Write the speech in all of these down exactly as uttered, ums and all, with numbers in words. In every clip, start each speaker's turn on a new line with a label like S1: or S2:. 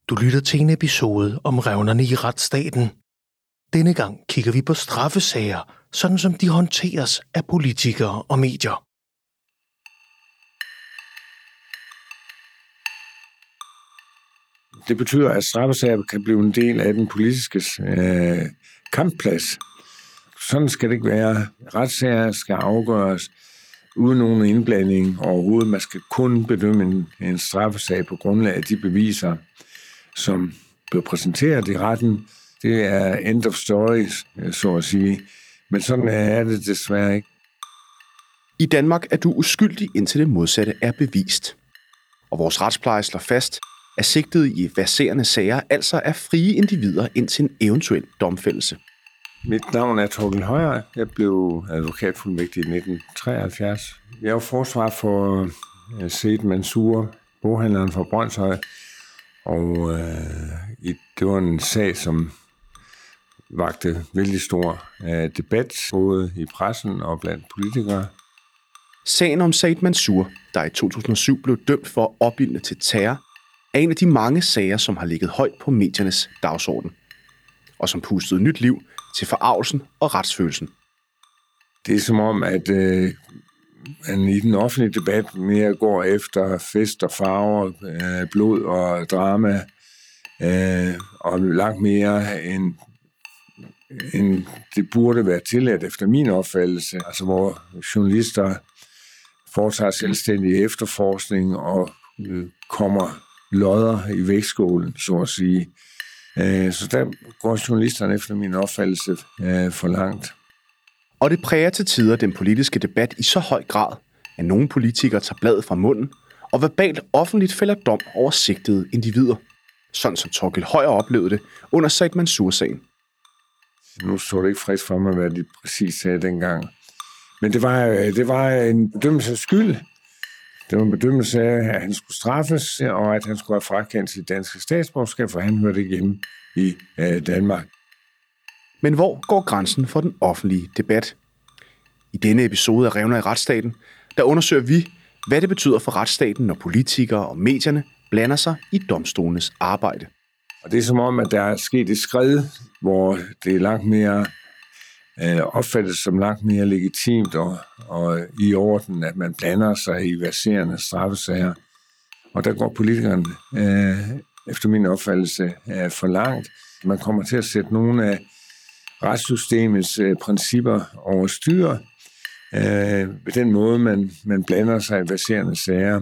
S1: Du lytter til en episode om revnerne i retsstaten. Denne gang kigger vi på straffesager, sådan som de håndteres af politikere og medier.
S2: Det betyder, at straffesager kan blive en del af den politiske øh, kampplads. Sådan skal det ikke være. Retssager skal afgøres uden nogen indblanding overhovedet. Man skal kun bedømme en, en straffesag på grundlag af de beviser, som bliver præsenteret i retten. Det er end of story, så at sige. Men sådan er det desværre ikke.
S3: I Danmark er du uskyldig, indtil det modsatte er bevist. Og vores retspleje slår fast, at sigtede i verserende sager altså er frie individer indtil en eventuel domfældelse.
S2: Mit navn er Thorkild Højer. Jeg blev advokatfuldmægtig i nitten treoghalvfjerds. Jeg var forsvar for Said Mansour, boghandleren fra Brønshøj. Og øh, det var en sag, som vagte vældig stor øh, debat, både i pressen og blandt politikere.
S3: Sagen om Said Mansour, der i to tusind og syv blev dømt for at opildne til terror, er en af de mange sager, som har ligget højt på mediernes dagsorden, og som pustede nyt liv til forargelsen og retsfølelsen.
S2: Det er som om, at øh, man i den offentlige debat mere går efter fest og farver, øh, blod og drama, øh, og langt mere end, end det burde være tilladt efter min opfattelse. Altså hvor journalister foretager selvstændig efterforskning og øh, kommer lodder i vægtskålen, så at sige. Øh, så der går journalisterne efter min opfattelse øh, for langt.
S3: Og det præger til tider den politiske debat i så høj grad, at nogle politikere tager bladet fra munden og verbalt offentligt fælder dom over sigtede individer. Sådan som Thorkild Højer oplevede det under Said Mansour-sagen.
S2: Nu står det ikke frisk for mig, hvad de præcis sagde dengang. Men det var, det var en bedømmelse af skyld. Det var en bedømmelse af, at han skulle straffes, og at han skulle have frakendt sit danske statsborgerskab, for han hørte ikke hjemme i øh, Danmark.
S3: Men hvor går grænsen for den offentlige debat? I denne episode af Revner i retsstaten, der undersøger vi, hvad det betyder for retsstaten, når politikere og medierne blander sig i domstolenes arbejde.
S2: Og det er som om, at der er sket et skred, hvor det er langt mere øh, opfattet som langt mere legitimt og, og i orden, at man blander sig i verserende straffesager. Og der går politikerne øh, efter min opfattelse øh, for langt. Man kommer til at sætte nogle af retssystemets øh, principper over styr øh, ved den måde, man, man blander sig i verserende sager.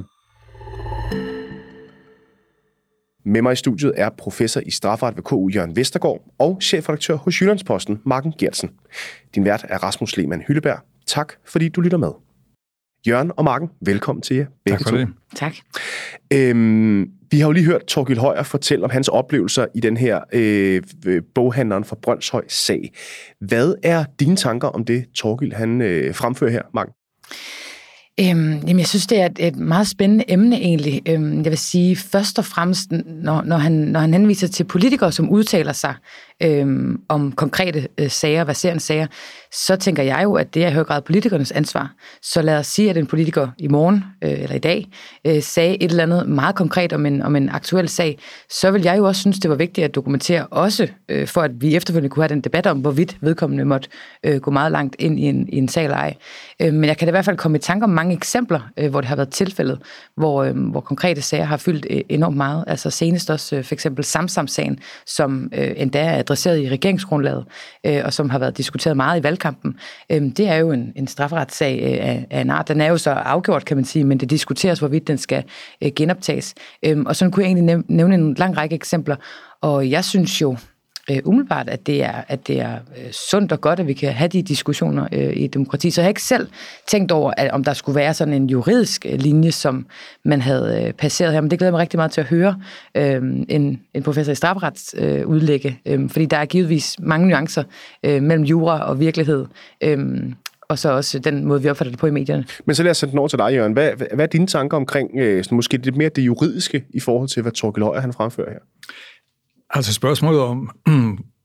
S3: Med mig i studiet er professor i strafferet ved K U Jørgen Vestergaard og chefredaktør hos Jyllandsposten Marken Geertsen. Din vært er Rasmus Lehmann Hylleberg. Tak fordi du lytter med. Jørgen og Marken, velkommen til jer begge
S4: tak for
S3: to.
S4: Det.
S5: Tak.
S3: Øhm, vi har jo lige hørt Thorkild Højer fortælle om hans oplevelser i den her øh, boghandleren fra Brønshøj-sag. Hvad er dine tanker om det, Thorkild han øh, fremfører her, Marken?
S5: Øhm, jamen, jeg synes, det er et, et meget spændende emne egentlig. Øhm, jeg vil sige, først og fremmest, når, når, han, når han henviser til politikere, som udtaler sig øhm, om konkrete øh, sager, verserende sager, så tænker jeg jo, at det er i høj grad politikernes ansvar. Så lad os sige, at en politiker i morgen øh, eller i dag øh, sagde et eller andet meget konkret om en, om en aktuel sag, så vil jeg jo også synes, det var vigtigt at dokumentere også, øh, for at vi efterfølgende kunne have den debat om, hvorvidt vedkommende måtte øh, gå meget langt ind i en, i en sag eller ej. Øh, men jeg kan da i hvert fald komme i tanke om mange eksempler, øh, hvor det har været tilfældet, hvor, øh, hvor konkrete sager har fyldt øh, enormt meget. Altså senest også øh, for eksempel Samsam-sagen, som øh, endda er adresseret i regeringsgrundlaget, øh, og som har været diskuteret meget i valgkampen. Øh, det er jo en, en strafferetssag øh, af, af en art. Den er jo så afgjort, kan man sige, men det diskuteres, hvorvidt den skal øh, genoptages. Øh, og sådan kunne jeg egentlig nævne en lang række eksempler, og jeg synes jo, Øh, umiddelbart, at det er, at det er øh, sundt og godt, at vi kan have de diskussioner øh, i demokrati. Så jeg har ikke selv tænkt over, at, om der skulle være sådan en juridisk øh, linje, som man havde øh, passeret her. Men det glæder mig rigtig meget til at høre øh, en, en professor i strafferets øh, udlægge, øh, fordi der er givetvis mange nuancer øh, mellem jura og virkelighed. Øh, og så også den måde, vi opfatter det på i medierne.
S3: Men så lad os sætte den over til dig, Jørgen. Hvad, hvad er dine tanker omkring øh, sådan måske lidt mere det juridiske i forhold til, hvad Thorkild Højer han fremfører her?
S4: Altså spørgsmålet om,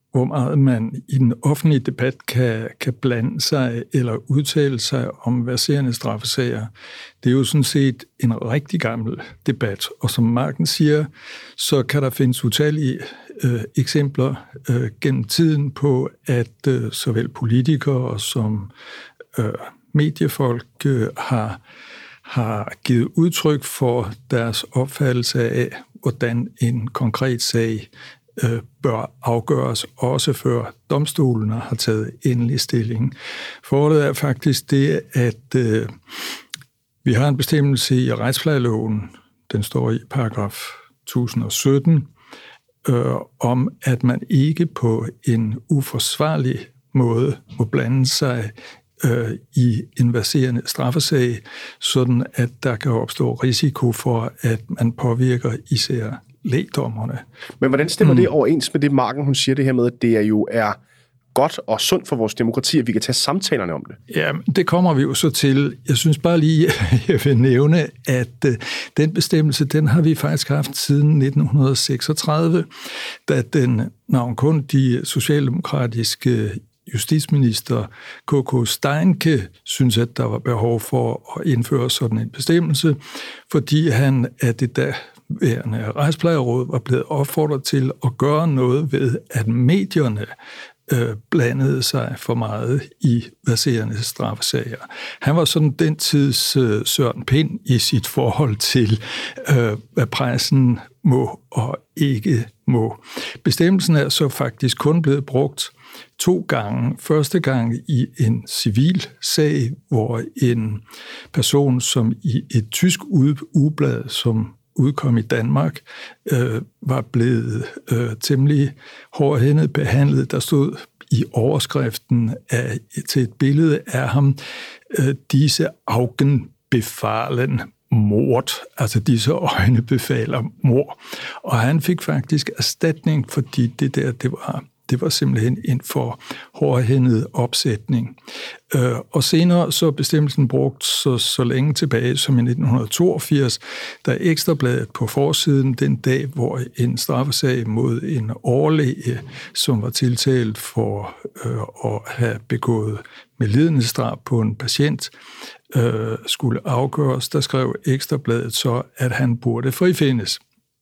S4: hvor meget man i den offentlige debat kan, kan blande sig eller udtale sig om verserende straffesager. Det er jo sådan set en rigtig gammel debat, og som Marken siger, så kan der findes utallige øh, eksempler øh, gennem tiden på, at øh, såvel politikere som øh, mediefolk øh, har, har givet udtryk for deres opfattelse af, hvordan en konkret sag bør afgøres, også før domstolene har taget endelig stilling. Forholdet er faktisk det, at øh, vi har en bestemmelse i retsplejeloven, den står i paragraf tusind og sytten, øh, om at man ikke på en uforsvarlig måde må blande sig øh, i en verserende straffesag, sådan at der kan opstå risiko for, at man påvirker især lægdommerne.
S3: Men hvordan stemmer det overens med det, Marken hun siger det her med, at det jo er godt og sundt for vores demokrati, at vi kan tage samtalerne om det?
S4: Ja, det kommer vi jo så til. Jeg synes bare lige, jeg vil nævne, at den bestemmelse, den har vi faktisk haft siden nitten seksogtredive, da den navnkundige socialdemokratiske justitsminister K K Steincke synes, at der var behov for at indføre sådan en bestemmelse, fordi han af det da værende retsplejeråd var blevet opfordret til at gøre noget ved, at medierne øh, blandede sig for meget i verserende straffesager. Han var sådan den tids øh, Søren Pind i sit forhold til, øh, hvad pressen må og ikke må. Bestemmelsen er så faktisk kun blevet brugt to gange. Første gang i en civil sag, hvor en person, som i et tysk ugeblad, som udkom i Danmark, øh, var blevet øh, temmelig hårdhændet behandlet. Der stod i overskriften af, til et billede af ham, øh, disse Augen befalen mord, altså disse øjne befaler mord. Og han fik faktisk erstatning, fordi det der, det var Det var simpelthen en for hårdhændet opsætning. Og senere så bestemmelsen brugt så, så længe tilbage som i nitten toogfirs, da Ekstrabladet på forsiden den dag, hvor en straffesag mod en overlæge, som var tiltalt for øh, at have begået medlidenhedsdrab på en patient, øh, skulle afgøres, der skrev Ekstrabladet så, at han burde frifindes.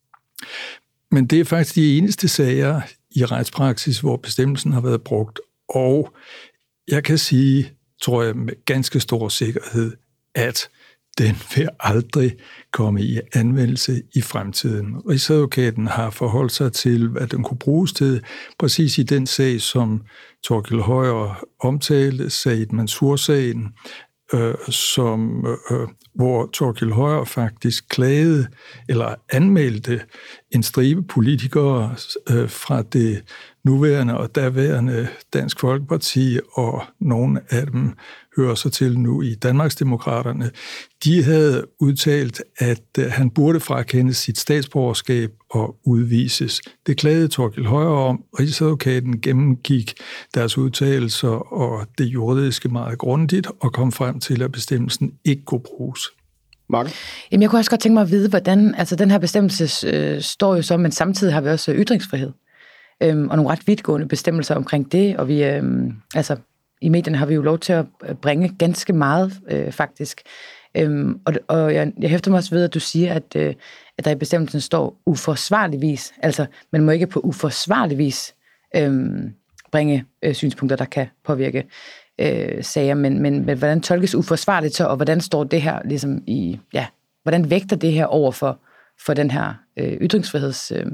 S4: Men det er faktisk de eneste sager i retspraksis, hvor bestemmelsen har været brugt. Og jeg kan sige, tror jeg med ganske stor sikkerhed, at den vil aldrig komme i anvendelse i fremtiden. Rigsadvokaten har forholdt sig til, hvad den kunne bruges til, præcis i den sag, som Thorkild Højer omtalte, Said Mansour-sagen, øh, som, øh, hvor Thorkild Højer faktisk klagede eller anmeldte en stribe politikere øh, fra det nuværende og daværende Dansk Folkeparti, og nogle af dem hører sig til nu i Danmarksdemokraterne. De havde udtalt, at han burde frakendes sit statsborgerskab og udvises. Det klagede Thorkild Højer om. Rigsadvokaten gennemgik deres udtalelser og det juridiske meget grundigt og kom frem til, at bestemmelsen ikke kunne bruges.
S3: Marken?
S5: Jamen, jeg kunne også godt tænke mig at vide, hvordan, altså den her bestemmelse øh, står jo så, men samtidig har vi også ytringsfrihed. Øhm, og nogle ret vidtgående bestemmelser omkring det, og vi, øhm, altså i medierne har vi jo lov til at bringe ganske meget, øh, faktisk. Øhm, og og jeg, jeg hæfter mig også ved, at du siger, at, øh, at der i bestemmelsen står uforsvarligvis, altså man må ikke på uforsvarligvis øhm, bringe øh, synspunkter, der kan påvirke øh, sager, men, men, men hvordan tolkes uforsvarligt så, og hvordan står det her ligesom i, ja, hvordan vægter det her over for, for den her øh, ytringsfriheds... Øh,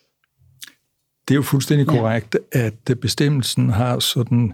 S4: Det er jo fuldstændig korrekt, ja. At bestemmelsen har sådan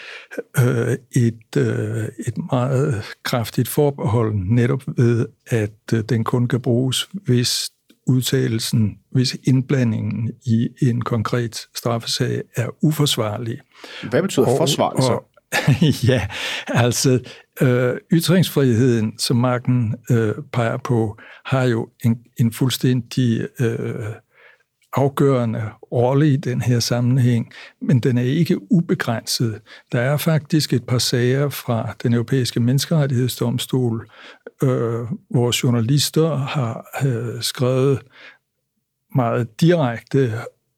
S4: øh, et, øh, et meget kraftigt forbehold netop ved, at øh, den kun kan bruges, hvis udtalelsen, hvis indblandingen i en konkret straffesag er uforsvarlig.
S3: Hvad betyder og, forsvarlig så? Og,
S4: ja, altså øh, ytringsfriheden, som Marken øh, peger på, har jo en, en fuldstændig... Øh, afgørende rolle i den her sammenhæng, men den er ikke ubegrænset. Der er faktisk et par sager fra den europæiske menneskerettighedsdomstol, øh, hvor journalister har øh, skrevet meget direkte,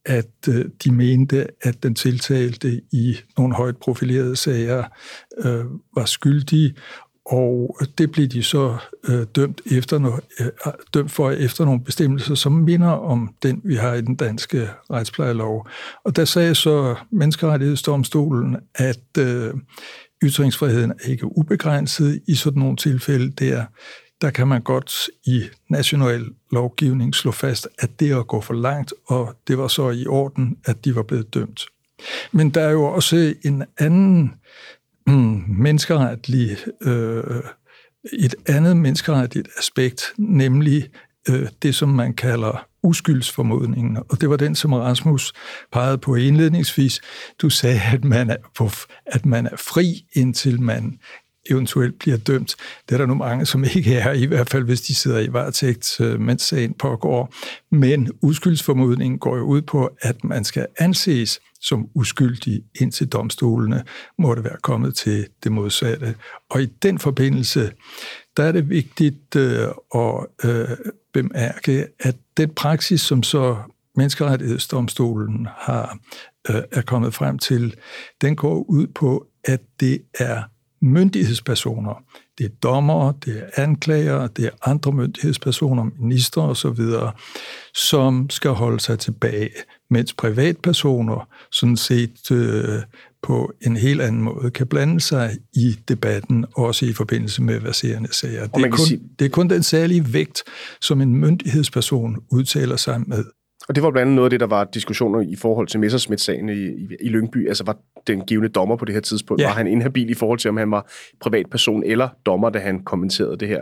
S4: at øh, de mente, at den tiltalte i nogle højt profilerede sager øh, var skyldig, og det blev de så øh, dømt, efter no, øh, dømt for efter nogle bestemmelser, som minder om den, vi har i den danske retsplejelov. Og der sagde så Menneskerettighedsdomstolen, at øh, ytringsfriheden er ikke ubegrænset i sådan nogle tilfælde der. Der kan man godt i national lovgivning slå fast, at det er at gå for langt, og det var så i orden, at de var blevet dømt. Men der er jo også en anden mm, menneskeretlig, øh, et andet menneskeretligt aspekt, nemlig øh, det, som man kalder uskyldsformodningen. Og det var den, som Rasmus pegede på indledningsvis. Du sagde, at man er, på, at man er fri, indtil man eventuelt bliver dømt. Det er der nu mange, som ikke er, i hvert fald hvis de sidder i varetægt, mens sagen pågår. Men uskyldsformodningen går jo ud på, at man skal anses som uskyldig, indtil domstolene må det være kommet til det modsatte. Og i den forbindelse, der er det vigtigt øh, at øh, bemærke, at den praksis, som så Menneskerettighedsdomstolen har, øh, er kommet frem til, den går ud på, at det er myndighedspersoner. Det er dommere, det er anklagere, det er andre myndighedspersoner, minister osv., som skal holde sig tilbage, mens privatpersoner sådan set øh, på en helt anden måde kan blande sig i debatten, også i forbindelse med verserende sager. Det er, kun, sige... det er kun den særlige vægt, som en myndighedsperson udtaler sig med.
S3: Og det var blandt andet noget af det, der var diskussioner i forhold til Messerschmidt-sagen i, i, i Lyngby. Altså var den givende dommer på det her tidspunkt, ja. Var han inhabil i forhold til, om han var privatperson eller dommer, da han kommenterede det her.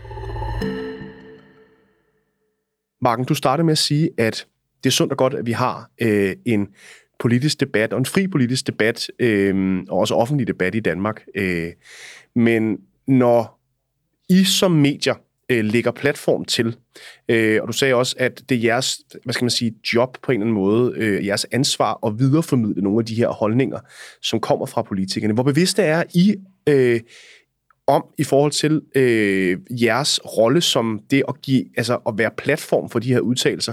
S3: Marken, du startede med at sige, at det er sundt og godt, at vi har øh, en politisk debat, og en fri politisk debat, øh, og også offentlig debat i Danmark. Øh, men når I som medier øh, lægger platform til, øh, og du sagde også, at det er jeres, hvad skal man sige, job på en eller anden måde, øh, jeres ansvar at videreformidle nogle af de her holdninger, som kommer fra politikerne. Hvor bevidste er I øh, om i forhold til øh, jeres rolle som det at give, altså at være platform for de her udtalelser,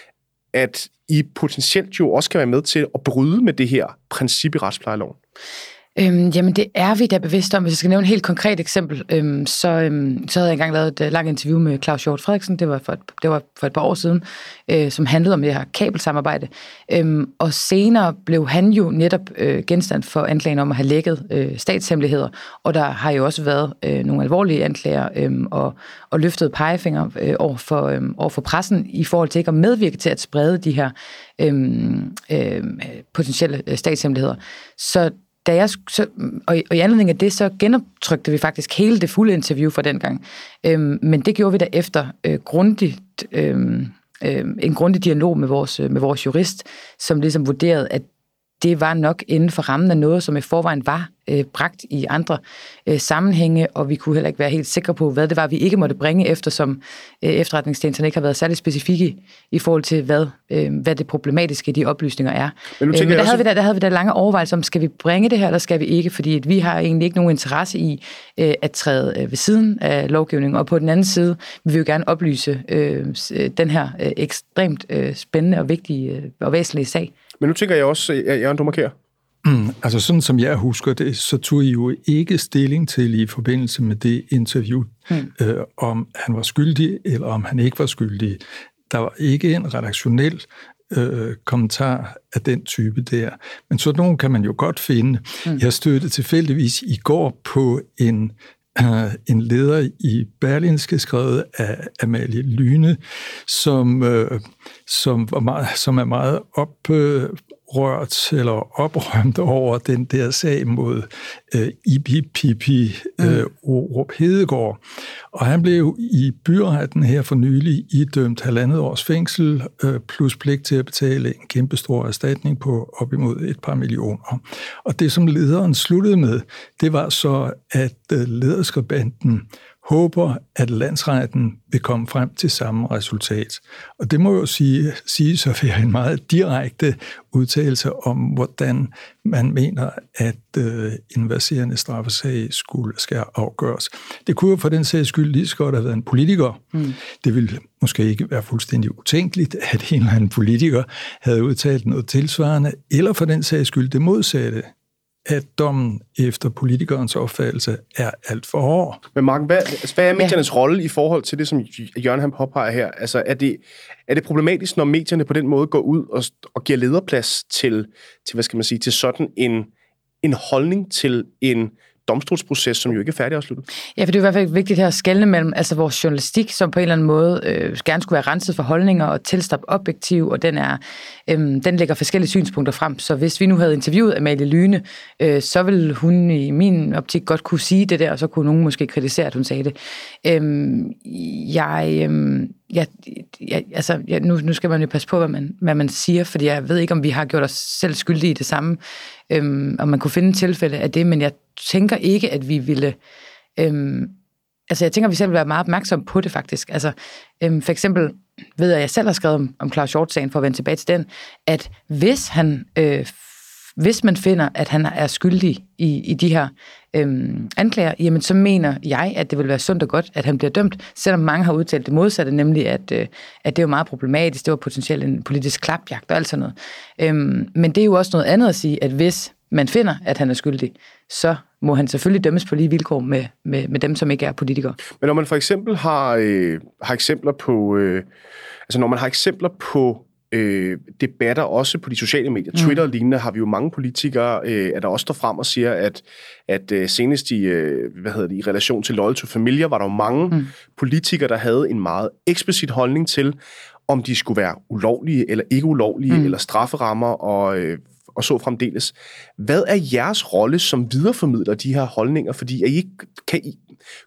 S3: at I potentielt jo også kan være med til at bryde med det her princip i retsplejeloven?
S5: Øhm, jamen, det er vi da bevidste om. Hvis jeg skal nævne et helt konkret eksempel, øhm, så, øhm, så havde jeg engang lavet et uh, langt interview med Claus Hjort Frederiksen, det var for et, det var for et par år siden, øh, som handlede om det her kabelsamarbejde. Øhm, og senere blev han jo netop øh, genstand for anklagen om at have lækket øh, statshemmeligheder, og der har jo også været øh, nogle alvorlige anklager øh, og, og løftede pegefinger øh, over, for, øh, over for pressen i forhold til ikke at medvirke til at sprede de her øh, øh, potentielle statshemmeligheder. Så Da jeg, så, og, i, og i anledning af det, så genoptrykte vi faktisk hele det fulde interview fra dengang. Øhm, men det gjorde vi da efter øh, grundigt, øh, øh, en grundig dialog med vores, med vores jurist, som ligesom vurderede, at det var nok inden for rammen af noget, som i forvejen var øh, bragt i andre øh, sammenhænge, og vi kunne heller ikke være helt sikre på, hvad det var, vi ikke måtte bringe, eftersom øh, efterretningstjenesterne ikke har været særlig specifikke i forhold til, hvad, øh, hvad det problematiske i de oplysninger er. Men, øh, men der, også... havde vi da, der havde vi da lange overvejelser om, skal vi bringe det her, eller skal vi ikke? Fordi at vi har egentlig ikke nogen interesse i øh, at træde øh, ved siden af lovgivningen, og på den anden side vil vi jo gerne oplyse øh, den her øh, ekstremt øh, spændende og vigtige øh, og væsentlige sag. Men
S3: nu tænker jeg også, Jørgen, du markerer.
S4: Mm, altså sådan som jeg husker det, så tog I jo ikke stilling til i forbindelse med det interview, mm. øh, om han var skyldig, eller om han ikke var skyldig. Der var ikke en redaktionel øh, kommentar af den type der. Men sådan nogen kan man jo godt finde. Mm. Jeg stødte tilfældigvis i går på en Uh, en leder i Berlingske, skrevet af Amalie Lyne, som, uh, som, var meget, som er meget oprørt eller oprømt over den der sag mod uh, Ibi Pipi uh, Orup Hedegaard. Og han blev i byretten her for nylig idømt halvandet års fængsel uh, plus pligt til at betale en kæmpestor erstatning på op imod et par millioner. Og det, som lederen sluttede med, det var så, at uh, lederskribenten håber, at landsretten vil komme frem til samme resultat. Og det må jo sige, sige så være en meget direkte udtalelse om, hvordan man mener, at øh, en verserende straffesag skulle skal afgøres. Det kunne jo for den sags skyld lige så godt have været en politiker. Mm. Det ville måske ikke være fuldstændig utænkeligt, at en eller anden politiker havde udtalt noget tilsvarende, eller for den sags skyld det modsatte, at dommen efter politikernes opfattelse er alt for hård.
S3: Men Marken, hvad, hvad er mediernes ja. rolle i forhold til det, som Jørgen han påpeger her? Altså, er det, er det problematisk, når medierne på den måde går ud og, og giver lederplads til, til, hvad skal man sige, til sådan en, en holdning til en domstolsproces, som jo ikke er færdigafsluttet? Ja,
S5: for det er i hvert fald vigtigt her at skelne mellem altså vores journalistik, som på en eller anden måde øh, gerne skulle være renset for holdninger og tilstræbt objektiv, og den, er, øh, den lægger forskellige synspunkter frem. Så hvis vi nu havde interviewet Amalie Lyne, øh, så ville hun i min optik godt kunne sige det der, og så kunne nogen måske kritisere, at hun sagde det. Øh, jeg... Øh, Ja, ja, altså, ja, nu, nu skal man jo passe på, hvad man, hvad man siger, fordi jeg ved ikke, om vi har gjort os selv skyldige i det samme, øhm, om man kunne finde en tilfælde af det, men jeg tænker ikke, at vi ville... Øhm, altså, jeg tænker, at vi selv vil være meget opmærksomme på det, faktisk. Altså, øhm, for eksempel ved jeg, at jeg selv har skrevet om, om Claus Hjort-sagen, for at vende tilbage til den, at hvis han... Øh, Hvis man finder, at han er skyldig i, i de her øhm, anklager, jamen så mener jeg, at det vil være sundt og godt, at han bliver dømt, selvom mange har udtalt det modsatte, nemlig at, øh, at det er jo meget problematisk, det var potentielt en politisk klapjagt og alt sådan noget. Øhm, men det er jo også noget andet at sige, at hvis man finder, at han er skyldig, så må han selvfølgelig dømmes på lige vilkår med, med, med dem, som ikke er politikere.
S3: Men når man for eksempel har, øh, har eksempler på, øh, altså når man har eksempler på Øh, debatter også på de sociale medier, Twitter og lignende, har vi jo mange politikere, øh, at der også står frem og siger, at, at øh, senest i, øh, hvad hedder det, i relation til Loyal to Familia, var der jo mange mm. politikere, der havde en meget eksplicit holdning til, om de skulle være ulovlige eller ikke ulovlige, mm. eller strafferammer og, øh, og så fremdeles. Hvad er jeres rolle som videreformidler de her holdninger? Fordi er I, kan, I,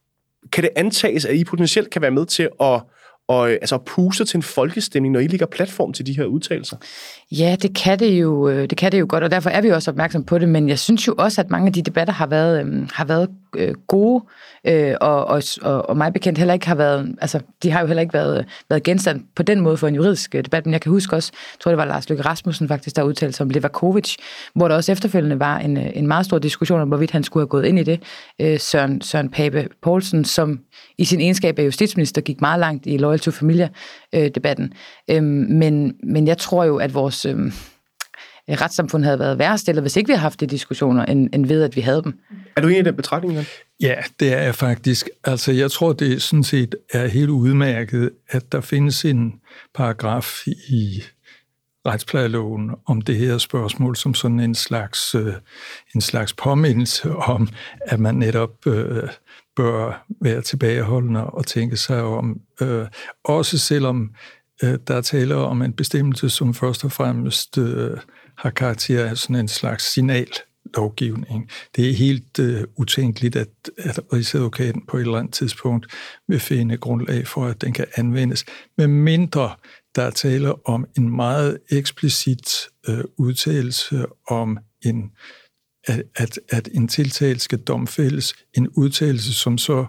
S3: kan det antages, at I potentielt kan være med til at og altså puste til en folkestemning, når I ligger platform til de her udtalelser?
S5: Ja, det kan det jo, det kan det jo godt, og derfor er vi også opmærksom på det, men jeg synes jo også, at mange af de debatter har været, øh, har været øh, gode, øh, og, og, og mig bekendt heller ikke har været, altså de har jo heller ikke været, været genstand på den måde for en juridisk debat, men jeg kan huske også, jeg tror det var Lars Løkke Rasmussen faktisk, der udtalte sig om Levakovic, hvor der også efterfølgende var en, en meget stor diskussion om, hvorvidt han skulle have gået ind i det. Øh, Søren, Søren Pape Poulsen, som i sin egenskab af justitsminister gik meget langt i Loyal to Familia-debatten. Øh, men, men jeg tror jo, at vores øh, retssamfund havde været værre stillet, hvis ikke vi havde haft de diskussioner, end, end ved, at vi havde dem.
S3: Er du enig i den betragtning?
S4: Ja, det er jeg faktisk. Altså, jeg tror, det sådan set er helt udmærket, at der findes en paragraf i retsplejeloven om det her spørgsmål som sådan en slags, øh, en slags påmindelse om, at man netop øh, bør være tilbageholdende og tænke sig om, øh, også selvom øh, der er tale om en bestemmelse, som først og fremmest øh, har karakter af sådan en slags signallovgivning. Det er helt øh, utænkeligt, at, at rigsadvokaten på et eller andet tidspunkt vil finde grundlag for, at den kan anvendes, med mindre der er tale om en meget eksplicit øh, udtalelse om en At, at, at en tiltalt skal domfældes, en udtalelse, som så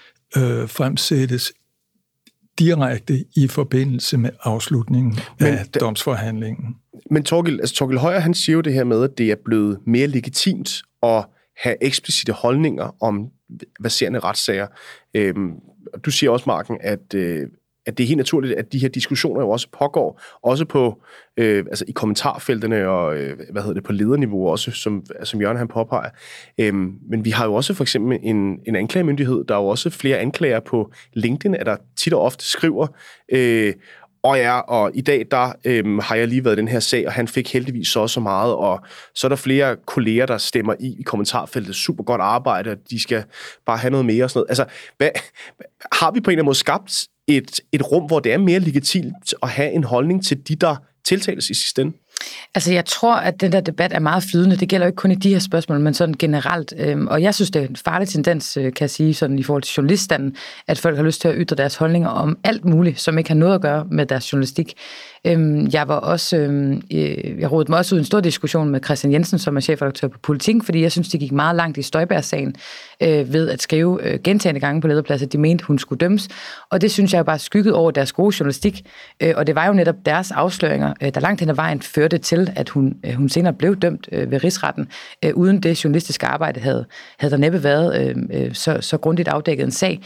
S4: øh, fremsættes direkte i forbindelse med afslutningen men af da, domsforhandlingen.
S3: Men Torgild, altså Torgild Højer, han siger jo det her med, at det er blevet mere legitimt at have eksplicite holdninger om verserende retssager. Øhm, du siger også, Marken, at øh, at det er helt naturligt, at de her diskussioner jo også pågår, også på, øh, altså i kommentarfeltene og, øh, hvad hedder det, på lederniveau også, som, som Jørgen han påpeger. Øhm, men vi har jo også for eksempel en, en anklagemyndighed, der er jo også flere anklager på LinkedIn, at der tit og ofte skriver, øh, og ja, og i dag, der øhm, har jeg lige været i den her sag, og han fik heldigvis så så meget, og så er der flere kolleger, der stemmer i i kommentarfeltet, super godt arbejde, og de skal bare have noget mere og sådan noget. Altså, hvad, har vi på en eller anden måde skabt et, et rum, hvor det er mere legitimt at have en holdning til de, der tiltales i sidste ende?
S5: Altså, jeg tror, at den der debat er meget flydende. Det gælder jo ikke kun i de her spørgsmål, men sådan generelt. Og jeg synes, det er en farlig tendens, kan jeg sige, sådan i forhold til journaliststanden, at folk har lyst til at ytre deres holdninger om alt muligt, som ikke har noget at gøre med deres journalistik. Jeg var også, jeg rodede mig også ud i en stor diskussion med Christian Jensen, som er chefredaktør på Politiken, fordi jeg synes, det gik meget langt i Støjberg-sagen ved at skrive gentagne gange på lederplads, at de mente, hun skulle dømmes. Og det synes jeg jo bare skygget over deres gode journalistik. Og det var jo netop deres afsløringer, der langt hen ad vejen førte til, at hun, hun senere blev dømt ved rigsretten. Uden det journalistiske arbejde havde, havde der næppe været så, så grundigt afdækket en sag.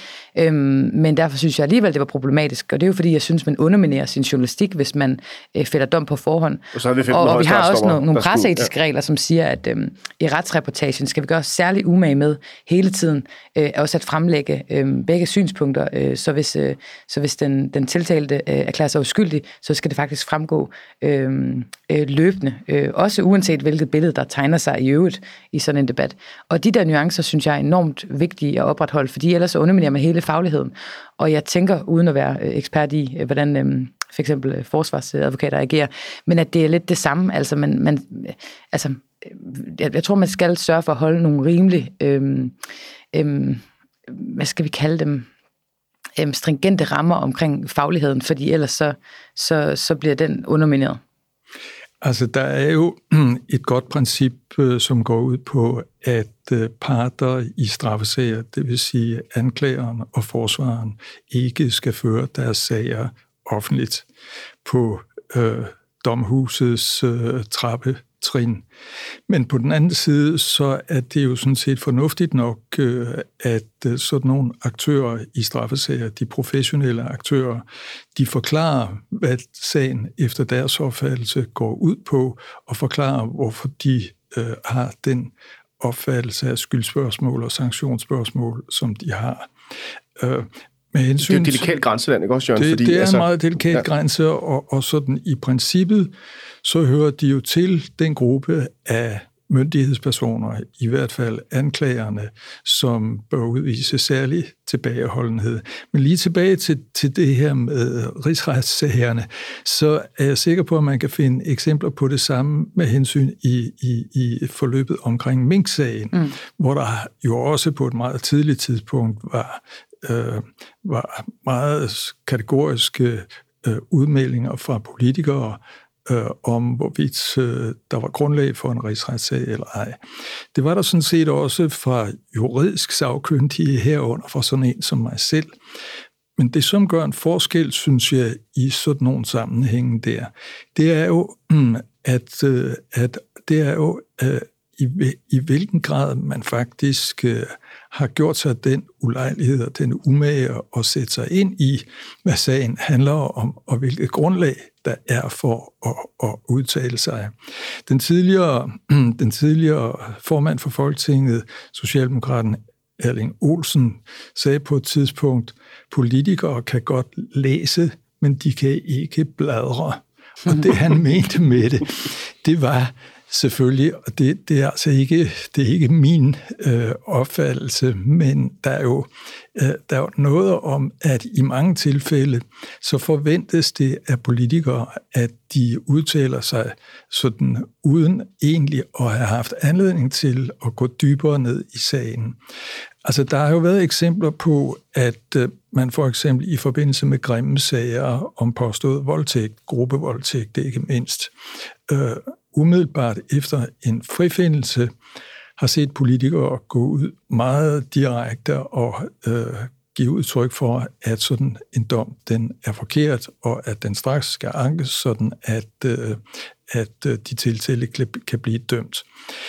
S5: Men derfor synes jeg alligevel, det var problematisk. Og det er jo fordi, jeg synes, man underminerer sin journalistik, hvis man fælder dom på forhånd.
S3: Og, så vi,
S5: og, og vi har også nogle, nogle presseetiske ja. regler, som siger, at øhm, i retsreportagen skal vi gøre særlig umage med hele tiden, øh, også at fremlægge øh, begge synspunkter. Øh, så hvis, øh, så hvis den, den tiltalte øh, erklærer sig uskyldig, så skal det faktisk fremgå øh, øh, løbende. Øh, også uanset hvilket billede, der tegner sig i øvrigt i sådan en debat. Og de der nuancer, synes jeg er enormt vigtige at opretholde, fordi ellers underminerer man hele fagligheden. Og jeg tænker, uden at være ekspert i, hvordan øh, for eksempel forsvarsadvokater agerer, men at det er lidt det samme. Altså, man, man, altså jeg, jeg tror, man skal sørge for at holde nogle rimelig, øhm, øhm, hvad skal vi kalde dem, øhm, stringente rammer omkring fagligheden, fordi ellers så, så, så bliver den undermineret.
S4: Altså, der er jo et godt princip, som går ud på, at parter i straffesager, det vil sige anklageren og forsvareren, ikke skal føre deres sager offentligt på øh, domhusets øh, trappetrin. Men på den anden side, så er det jo sådan set fornuftigt nok, øh, at øh, sådan nogle aktører i straffesager, de professionelle aktører, de forklarer, hvad sagen efter deres opfattelse går ud på, og forklarer, hvorfor de øh, har den opfattelse af skyldspørgsmål og sanktionsspørgsmål, som de har. Øh, Med hensyn,
S3: det er en delikat grænseland, ikke også, Jørgen?
S4: Det,
S3: fordi,
S4: det er
S3: altså,
S4: en meget delikat
S3: ja.
S4: grænse, og, og sådan i princippet, så hører de jo til den gruppe af myndighedspersoner, i hvert fald anklagerne, som bør udvise særlig tilbageholdenhed. Men lige tilbage til, til det her med rigsretssagerne, så er jeg sikker på, at man kan finde eksempler på det samme med hensyn i, i, i forløbet omkring Mink-sagen, mm. hvor der jo også på et meget tidligt tidspunkt var Øh, var meget kategoriske øh, udmeldinger fra politikere øh, om, hvorvidt øh, der var grundlag for en rigsretssag eller ej. Det var der sådan set også fra juridisk sagkyndige herunder, fra sådan en som mig selv. Men det, som gør en forskel, synes jeg, i sådan nogle sammenhænge der, det er jo, at, at det er jo i, i hvilken grad man faktisk har gjort sig den ulejlighed og den umage at sætte sig ind i, hvad sagen handler om, og hvilket grundlag der er for at, at udtale sig. Den tidligere, den tidligere formand for Folketinget, Socialdemokraten Erling Olsen, sagde på et tidspunkt, politikere kan godt læse, men de kan ikke bladre. Og det han mente med det, det var selvfølgelig, og det, det er altså ikke, det er ikke min øh, opfattelse, men der er, jo, øh, der er jo noget om, at i mange tilfælde, så forventes det af politikere, at de udtaler sig sådan, uden egentlig at have haft anledning til at gå dybere ned i sagen. Altså, der har jo været eksempler på, at øh, man for eksempel i forbindelse med grimme sager om påstået voldtægt, gruppevoldtægt, det ikke mindst, øh, umiddelbart efter en frifindelse har set politikere gå ud meget direkte og øh, give udtryk for, at sådan en dom den er forkert, og at den straks skal ankes, sådan at, øh, at de tiltalte kan blive dømt.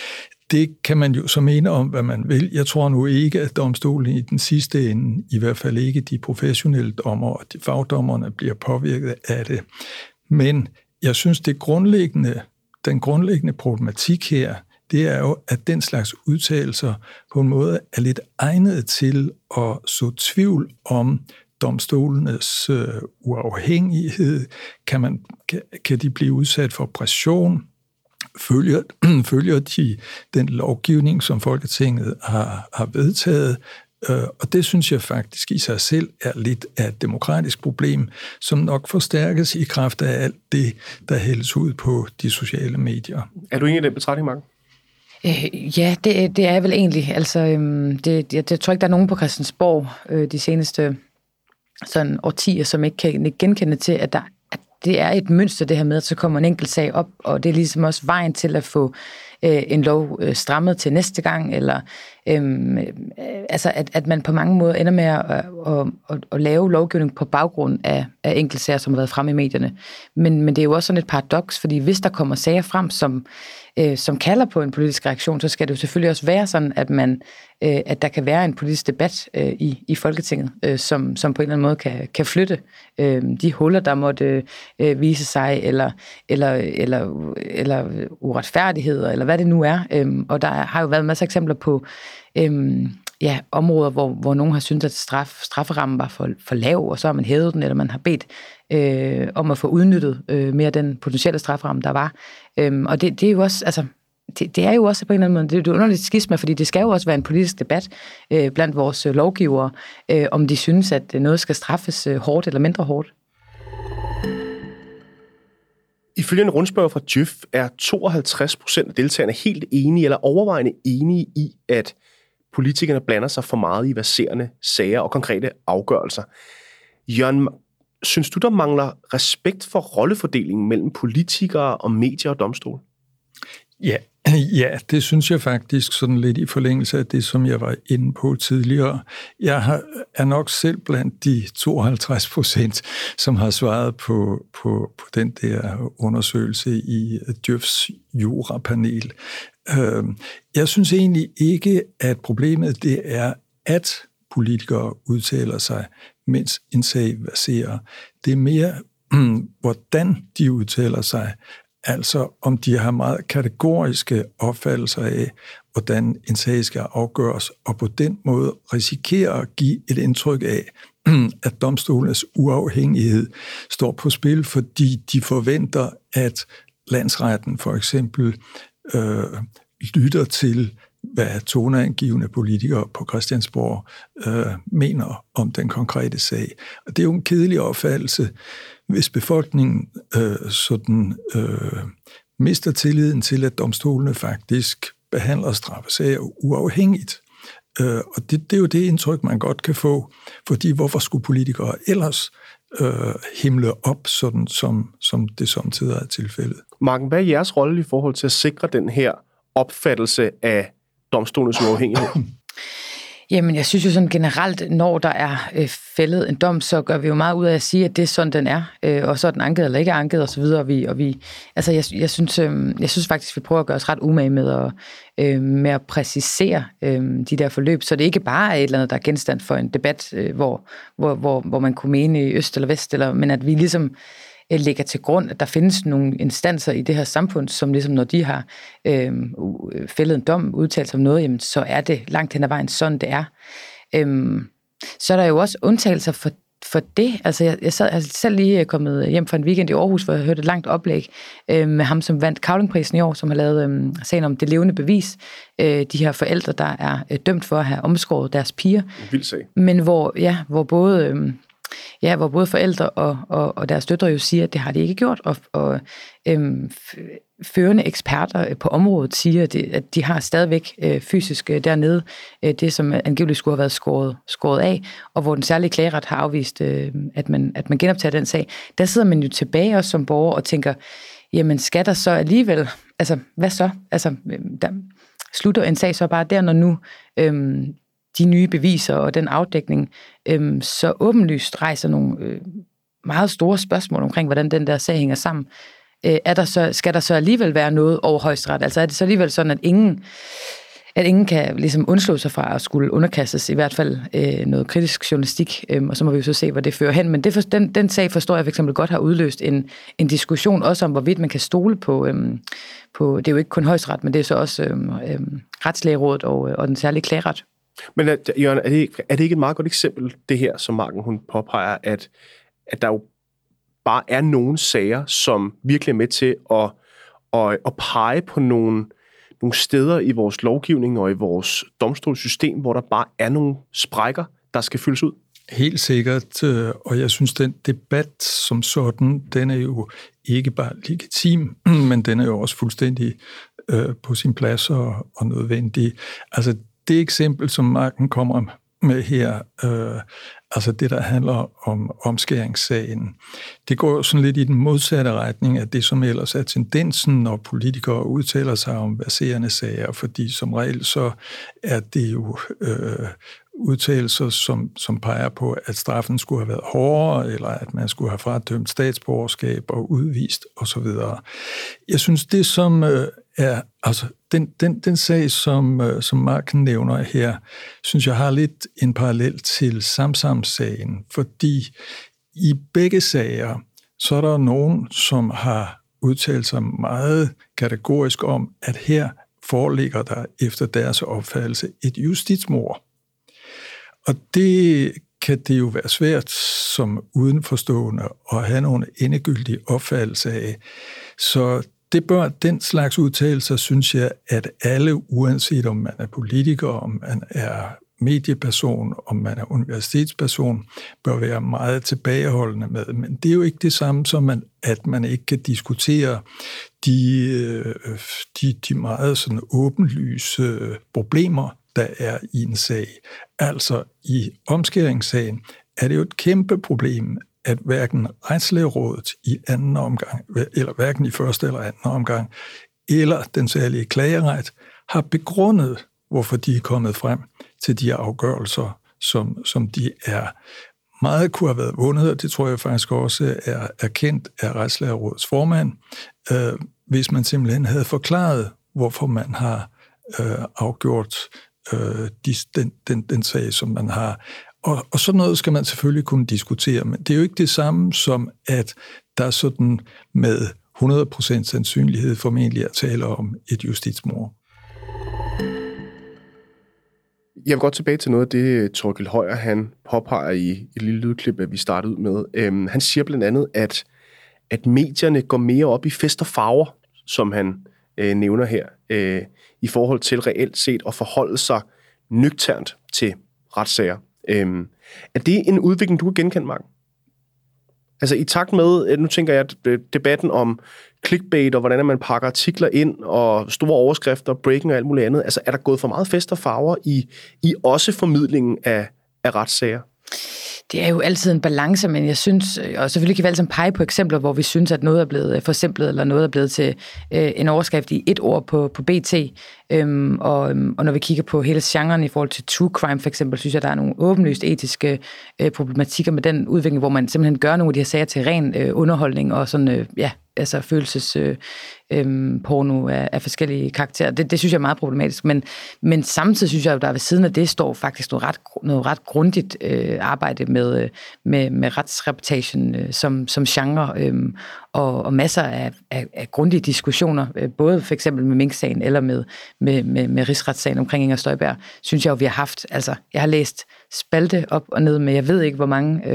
S4: Det kan man jo så mene om, hvad man vil. Jeg tror nu ikke, at domstolen i den sidste ende, i hvert fald ikke de professionelle dommer og de fagdommerne, bliver påvirket af det. Men jeg synes, det grundlæggende, den grundlæggende problematik her, det er jo, at den slags udtalelser på en måde er lidt egnet til at så tvivl om domstolenes øh, uafhængighed. Kan, man, kan, kan de blive udsat for pression? Følger, følger de den lovgivning, som Folketinget har, har vedtaget? Og det synes jeg faktisk i sig selv er lidt af et demokratisk problem, som nok forstærkes i kraft af alt det, der hældes ud på de sociale medier.
S3: Er du enig i den betragtning, Marken?
S5: Øh, ja, det, det er jeg vel egentlig. Altså, øhm, det, jeg, jeg tror ikke, der er nogen på Christiansborg øh, de seneste sådan årtier, som ikke kan genkende til, at, der, at det er et mønster, det her med, at så kommer en enkelt sag op, og det er ligesom også vejen til at få øh, en lov øh, strammet til næste gang, eller øh, altså, at, at man på mange måder ender med at, at, at, at lave lovgivning på baggrund af, af enkeltsager, som har været fremme i medierne. Men, men det er jo også sådan et paradoks, fordi hvis der kommer sager frem, som Øh, som kalder på en politisk reaktion, så skal det jo selvfølgelig også være sådan, at man, øh, at der kan være en politisk debat øh, i, i Folketinget, øh, som, som på en eller anden måde kan, kan flytte øh, de huller, der måtte øh, vise sig, eller, eller, eller, eller uretfærdigheder, eller hvad det nu er. Øh, og der har jo været masser af eksempler på øh, ja, områder, hvor, hvor nogen har syntes, at straf, strafferammen var for, for lav, og så har man hævet den, eller man har bedt øh, om at få udnyttet øh, mere den potentielle strafferamme, der var. Øhm, og det, det er jo også, altså, det, det er jo også på en eller anden måde, det er et underligt skisma, fordi det skal jo også være en politisk debat øh, blandt vores øh, lovgivere, øh, om de synes, at noget skal straffes øh, hårdt eller mindre hårdt.
S3: Ifølge en rundspørg fra Djøf er tooghalvtreds procent af deltagerne helt enige eller overvejende enige i, at politikerne blander sig for meget i verserende sager og konkrete afgørelser. Jørgen, synes du, der mangler respekt for rollefordelingen mellem politikere og medier og domstol?
S4: Ja, ja, det synes jeg faktisk sådan lidt i forlængelse af det, som jeg var inde på tidligere. Jeg har, er nok selv blandt de tooghalvtreds procent, som har svaret på, på, på den der undersøgelse i Djøfs jurapanel. Jeg synes egentlig ikke, at problemet det er, at politikere udtaler sig, mens en sag verserer. Det er mere, hvordan de udtaler sig, altså om de har meget kategoriske opfattelser af, hvordan en sag skal afgøres, og på den måde risikerer at give et indtryk af, at domstolens uafhængighed står på spil, fordi de forventer, at landsretten for eksempel øh, lytter til, hvad toneangivende politikere på Christiansborg øh, mener om den konkrete sag. Og det er jo en kedelig opfattelse, hvis befolkningen øh, sådan, øh, mister tilliden til, at domstolene faktisk behandler straffesager uafhængigt. Øh, og det, det er jo det indtryk, man godt kan få, fordi hvorfor skulle politikere ellers øh, himle op, sådan som, som det samtidig er tilfældet?
S3: Marken, hvad er jeres rolle i forhold til at sikre den her opfattelse af domstolens uafhængighed?
S5: Jamen, jeg synes jo sådan generelt, når der er øh, fældet en dom, så gør vi jo meget ud af at sige, at det er sådan, den er, øh, og så er den anket eller ikke anket, og så videre. Og vi, og vi, altså, jeg, jeg, synes, øh, jeg synes faktisk, vi prøver at gøre os ret umage med at, øh, med at præcisere øh, de der forløb, så det ikke bare er et eller andet, der er genstand for en debat, øh, hvor, hvor, hvor, hvor man kunne mene i øst eller vest, eller, men at vi ligesom lægger til grund, at der findes nogle instanser i det her samfund, som ligesom når de har øh, fældet en dom, udtalt sig om noget, jamen, så er det langt hen ad vejen sådan, det er. Øhm, så er der jo også undtagelser for, for det. Altså, jeg, jeg sad jeg selv lige kommet hjem fra en weekend i Aarhus, hvor jeg hørte et langt oplæg øh, med ham, som vandt Cavlingprisen i år, som har lavet øh, sagen om det levende bevis. Øh, de her forældre, der er øh, dømt for at have omskåret deres piger.
S3: Vild sag.
S5: Men hvor, ja, hvor både... Øh, Ja, hvor både forældre og, og, og deres døtre jo siger, at det har de ikke gjort, og, og øhm, førende eksperter på området siger, at de, at de har stadigvæk øh, fysisk øh, dernede øh, det, som angiveligt skulle have været skåret, skåret af, og hvor den særlige klageret har afvist, øh, at, man, at man genoptager den sag. Der sidder man jo tilbage også som borger og tænker, jamen skal der så alligevel, altså hvad så? Altså, der slutter en sag så bare der, når nu... Øhm, de nye beviser og den afdækning, øhm, så åbenlyst rejser nogle øh, meget store spørgsmål omkring, hvordan den der sag hænger sammen. Øh, er der så, skal der så alligevel være noget over Højesteret? Altså er det så alligevel sådan, at ingen, at ingen kan ligesom undslå sig fra at skulle underkastes i hvert fald øh, noget kritisk journalistik, øh, og så må vi jo så se, hvor det fører hen. Men det for, den, den sag forstår jeg for eksempel godt har udløst en, en diskussion også om, hvorvidt man kan stole på, øh, på, det er jo ikke kun Højesteret, men det er så også øh, øh, Retslægerådet og, og den særlige klageret.
S3: Men Jørgen, er det, er det ikke et meget godt eksempel, det her, som Marken hun påpeger, at, at der jo bare er nogle sager, som virkelig er med til at, at, at pege på nogle, nogle steder i vores lovgivning og i vores domstolssystem, hvor der bare er nogle sprækker, der skal fyldes ud?
S4: Helt sikkert, og jeg synes, den debat som sådan, den er jo ikke bare legitim, men den er jo også fuldstændig øh, på sin plads og, og nødvendig. Altså det eksempel, som Marken kommer med her, øh, altså det, der handler om omskæringssagen, det går jo sådan lidt i den modsatte retning af det, som ellers er tendensen, når politikere udtaler sig om verserende sager, fordi som regel så er det jo øh, udtalelser, som, som peger på, at straffen skulle have været hårdere, eller at man skulle have fradømt statsborgerskab og udvist osv. Jeg synes, det som øh, er, altså den, den, den sag, som, øh, som Marken nævner her, synes jeg har lidt en parallel til Samsam-sagen, fordi i begge sager, så er der nogen, som har udtalt sig meget kategorisk om, at her foreligger der efter deres opfattelse et justitsmord. Og det kan det jo være svært som udenforstående at have nogle endegyldige opfattelse af. Så det bør, den slags udtalelser, synes jeg, at alle, uanset om man er politiker, om man er medieperson, om man er universitetsperson, bør være meget tilbageholdende med. Men det er jo ikke det samme som, man, at man ikke kan diskutere de, de, de meget sådan åbenlyse problemer, der er i en sag. Altså i omskæringssagen er det jo et kæmpe problem, at hverken Retslægerådet i anden omgang, eller hverken i første eller anden omgang, eller den særlige klageret, har begrundet, hvorfor de er kommet frem til de afgørelser, som, som de er. Meget kunne have været vundet, og det tror jeg faktisk også er erkendt af Retslægerådets formand, øh, hvis man simpelthen havde forklaret, hvorfor man har øh, afgjort øh, de, den, den, den sag, som man har. Og, og sådan noget skal man selvfølgelig kunne diskutere, men det er jo ikke det samme som, at der sådan med hundrede procent sandsynlighed formentlig er tale om et justitsmord.
S3: Jeg vil godt tilbage til noget af det, Thorkild Højer, han påpeger i et lille lydklip, at vi startede ud med. Øhm, han siger blandt andet, at, at medierne går mere op i fest og farver, som han øh, nævner her, øh, i forhold til reelt set at forholde sig nøgternt til retssager. Øhm, er det en udvikling, du kan genkende, Mark? Altså i takt med, nu tænker jeg, at debatten om clickbait og hvordan man pakker artikler ind og store overskrifter, breaking og alt muligt andet, altså er der gået for meget fest og farver i, i også formidlingen af, af retssager?
S5: Det er jo altid en balance, men jeg synes, og selvfølgelig kan vi altid pege på eksempler, hvor vi synes, at noget er blevet forsimplet, eller noget er blevet til øh, en overskrift i et ord på, på B T. Øhm, og, og når vi kigger på hele genren i forhold til true crime for eksempel, synes jeg, der er nogle åbenlyst etiske øh, problematikker med den udvikling, hvor man simpelthen gør nogle af de her sager til ren øh, underholdning og sådan, øh, ja, altså følelses øh, øh, porno af, af forskellige karakterer. Det, det synes jeg er meget problematisk, men, men samtidig synes jeg, at der ved siden af det står faktisk noget ret, noget ret grundigt øh, arbejde med, med, med retsreputation øh, som, som genre, øh, og, og masser af, af, af grundige diskussioner, øh, både for eksempel med Mink-sagen eller med, med, med, med rigsretssagen omkring Inger Støjberg, synes jeg jo, vi har haft. Altså, jeg har læst spalte op og ned med, jeg ved ikke, hvor mange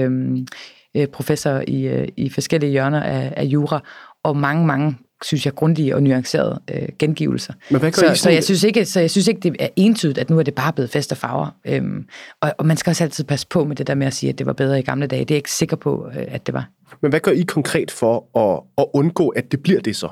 S5: øh, professorer i, i forskellige hjørner af, af jura, og mange, mange, synes jeg, grundige og nuancerede øh, gengivelser. Men hvad så, så, jeg synes ikke, så jeg synes ikke, det er entydigt, at nu er det bare blevet fest og farver. Øhm, og, og man skal også altid passe på med det der med at sige, at det var bedre i gamle dage. Det er jeg ikke sikker på, øh, at det var.
S3: Men hvad gør I konkret for at, at undgå, at det bliver det så?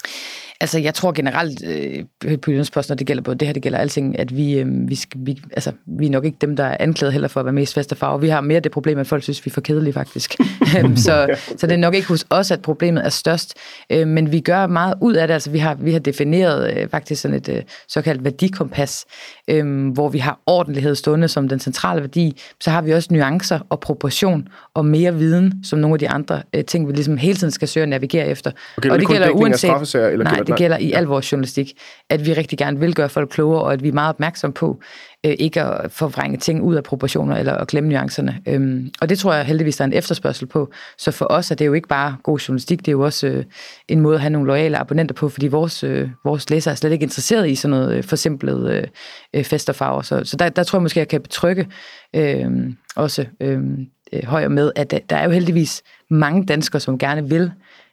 S5: Altså, jeg tror generelt øh, på Jyllandsposten, og det gælder både det her, det gælder alting, at vi, øh, vi, skal, vi, altså, vi er nok ikke dem, der er anklaget heller for at være mest fest og farve. Vi har mere det problem, at folk synes, vi er for kedelige, faktisk. så, så det er nok ikke hos os, at problemet er størst. Øh, men vi gør meget ud af det. Altså, vi har, vi har defineret øh, faktisk sådan et øh, såkaldt værdikompas, øh, hvor vi har ordentlighed stående som den centrale værdi. Så har vi også nuancer og proportion og mere viden, som nogle af de andre øh, ting, vi ligesom hele tiden skal søge at navigere efter.
S3: Okay,
S5: og det gælder uanset...
S3: Eller
S5: nej, det gælder i al vores journalistik, at vi rigtig gerne vil gøre folk klogere, og at vi er meget opmærksom på øh, ikke at forvrænge ting ud af proportioner eller at glemme nuancerne. Øhm, og det tror jeg heldigvis, der er en efterspørgsel på. Så for os er det jo ikke bare god journalistik, det er jo også øh, en måde at have nogle loyale abonnenter på, fordi vores, øh, vores læsere er slet ikke interesseret i sådan noget øh, forsimplet øh, fest og farver. Så, så der, der tror jeg måske, jeg kan betrygge øh, også øh, højere med, at der er jo heldigvis mange danskere, som gerne vil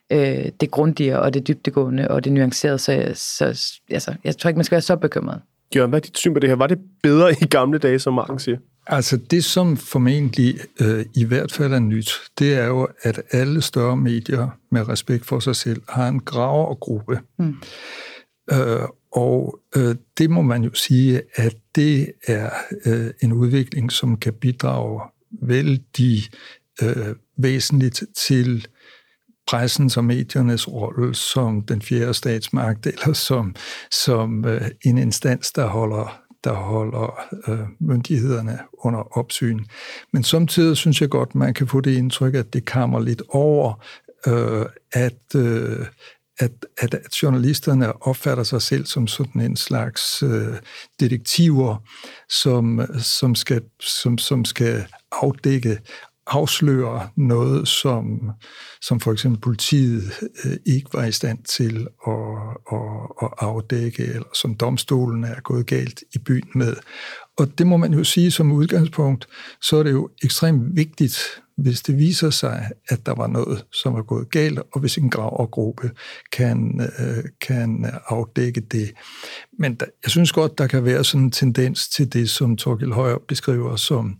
S5: øh, det grundige og det dybdegående og det nuancerede. Så, så altså, jeg tror ikke, man skal være så bekymret.
S3: Jørgen, hvad er dit syn på det her? Var det bedre i gamle dage, som Marken siger?
S4: Altså det, som formentlig øh, i hvert fald er nyt, det er jo, at alle større medier med respekt for sig selv har en gravergruppe. Mm. Øh, og øh, det må man jo sige, at det er øh, en udvikling, som kan bidrage vældig øh, væsentligt til pressens og mediernes rolle som den fjerde statsmagt, eller som, som øh, en instans, der holder, der holder øh, myndighederne under opsyn. Men samtidig synes jeg godt, man kan få det indtryk, at det kammer lidt over, øh, at, øh, at, at, at journalisterne opfatter sig selv som sådan en slags øh, detektiver, som, som, skal, som, som skal afdække afslører noget, som, som for eksempel politiet øh, ikke var i stand til at, at, at afdække, eller som domstolen er gået galt i byen med. Og det må man jo sige som udgangspunkt, så er det jo ekstremt vigtigt, hvis det viser sig, at der var noget, som er gået galt, og hvis en gravergruppe kan, øh, kan afdække det. Men der, jeg synes godt, der kan være sådan en tendens til det, som Thorkild Højer beskriver som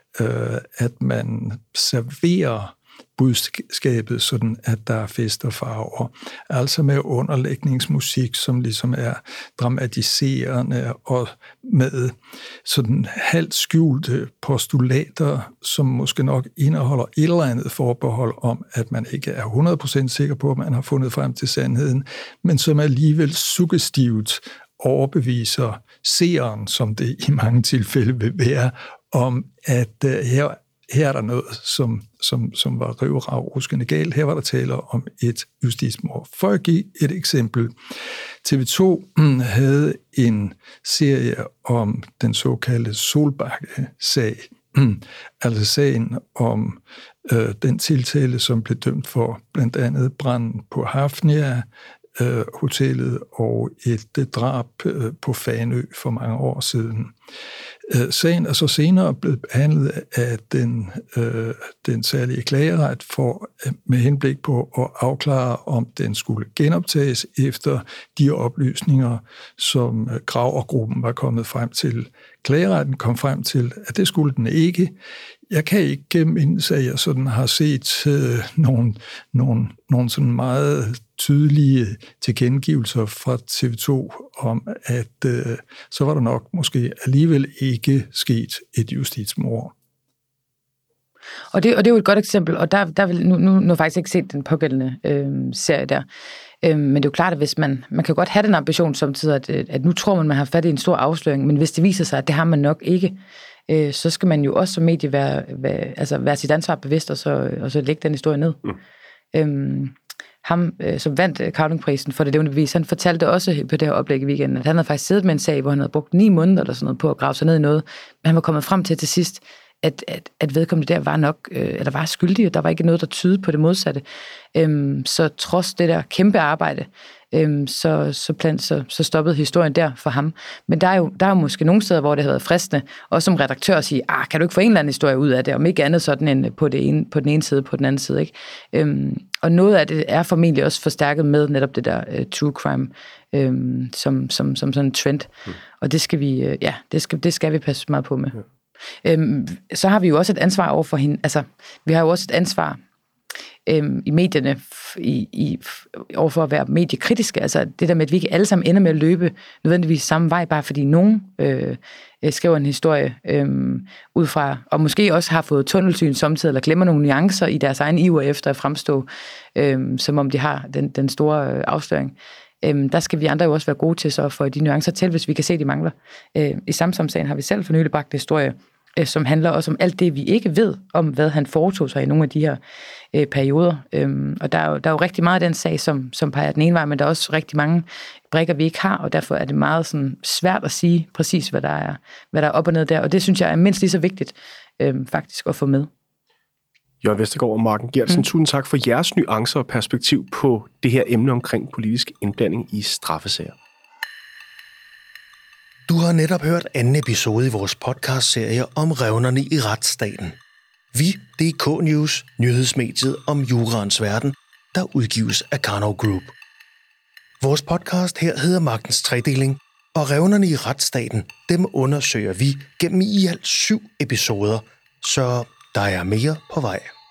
S4: at man serverer budskabet sådan, at der er fest og farver. Altså med underlægningsmusik, som ligesom er dramatiserende og med sådan halvt skjulte postulater, som måske nok indeholder et eller andet forbehold om, at man ikke er hundrede procent sikker på, at man har fundet frem til sandheden, men som alligevel suggestivt overbeviser seeren, som det i mange tilfælde vil være, om at uh, her, her er der noget, som, som, som var røvravruskende galt. Her var der tale om et justitsmord. For at give et eksempel. T V to mm, havde en serie om den såkaldte Solbakke-sag. Mm, altså sagen om øh, den tiltale, som blev dømt for blandt andet branden på Hafnia, øh, hotellet og et øh, drab øh, på Fanø for mange år siden. Sagen er så senere blevet behandlet af den, øh, den særlige klageret for, med henblik på at afklare, om den skulle genoptages efter de oplysninger, som gravergruppen var kommet frem til. Klageretten kom frem til, at det skulle den ikke. Jeg kan ikke mindes, at jeg sådan har set øh, nogle, nogle, nogle sådan meget tydelige tilkendegivelser fra T V to om, at øh, så var der nok måske alligevel ikke sket et justitsmord.
S5: Og det, og det er jo et godt eksempel, og der, der vil, nu, nu, nu har jeg faktisk ikke set den pågældende øh, serie der, øh, men det er jo klart, at hvis man, man kan godt have den ambition samtidig, at, at nu tror man, man har fat i en stor afsløring, men hvis det viser sig, at det har man nok ikke, øh, så skal man jo også som medie være, være, altså være sit ansvar bevidst, og så, og så lægge den historie ned. Mm. Øhm, ham, øh, som vandt øh, Cavlingprisen for det levende bevis, han fortalte også på det her oplæg i weekenden, at han havde faktisk siddet med en sag, hvor han havde brugt ni måneder eller sådan noget på at grave sig ned i noget, men han var kommet frem til til sidst, at, at, at vedkommende der var nok, øh, eller var skyldig, og der var ikke noget, der tydede på det modsatte. Øhm, så trods det der kæmpe arbejde, øhm, så, så, plan, så, så stoppede historien der for ham. Men der er jo, der er jo måske nogle steder, hvor det har været fristende, også som redaktør at sige, ah, kan du ikke få en eller anden historie ud af det, om ikke andet sådan end på, det ene, på den ene side, på den anden side. Ikke? Øhm, og noget af det er formentlig også forstærket med netop det der uh, true crime, øhm, som, som, som sådan en trend. Mm. Og det skal vi, uh, ja, det skal, det skal vi passe meget på med. Ja. Øhm, så har vi jo også et ansvar over for hende. Altså, vi har jo også et ansvar øhm, i medierne i, i, over for at være mediekritiske. Altså det der med, at vi ikke alle sammen ender med at løbe nødvendigvis samme vej, bare fordi nogen øh, skriver en historie øh, ud fra, og måske også har fået tunnelsyn samtidig, eller glemmer nogle nuancer i deres egen iver efter at fremstå, øh, som om de har den, den store øh, afsløring. Øhm, der skal vi andre jo også være gode til så at få de nuancer til, hvis vi kan se, at de mangler. Øh, I Samsam-sagen har vi selv for nylig bragt en historie, øh, som handler også om alt det, vi ikke ved om, hvad han foretog sig i nogle af de her øh, perioder. Øhm, og der er, jo, der er jo rigtig meget af den sag, som, som peger den ene vej, men der er også rigtig mange brikker, vi ikke har, og derfor er det meget sådan, svært at sige præcis, hvad der, er, hvad der er op og ned der. Og det synes jeg er mindst lige så vigtigt øh, faktisk at få med.
S3: Jørgen Vestergaard og Marken Geertsen, mm. tusind tak for jeres nuancer og perspektiv på det her emne omkring politisk indblanding i straffesager.
S1: Du har netop hørt anden episode i vores podcastserie om revnerne i retsstaten. Vi, det er K-News, nyhedsmediet om juraens verden, der udgives af Karnov Group. Vores podcast her hedder Magtens Tredeling, og revnerne i retsstaten, dem undersøger vi gennem i alt syv episoder, så der er mere på vej.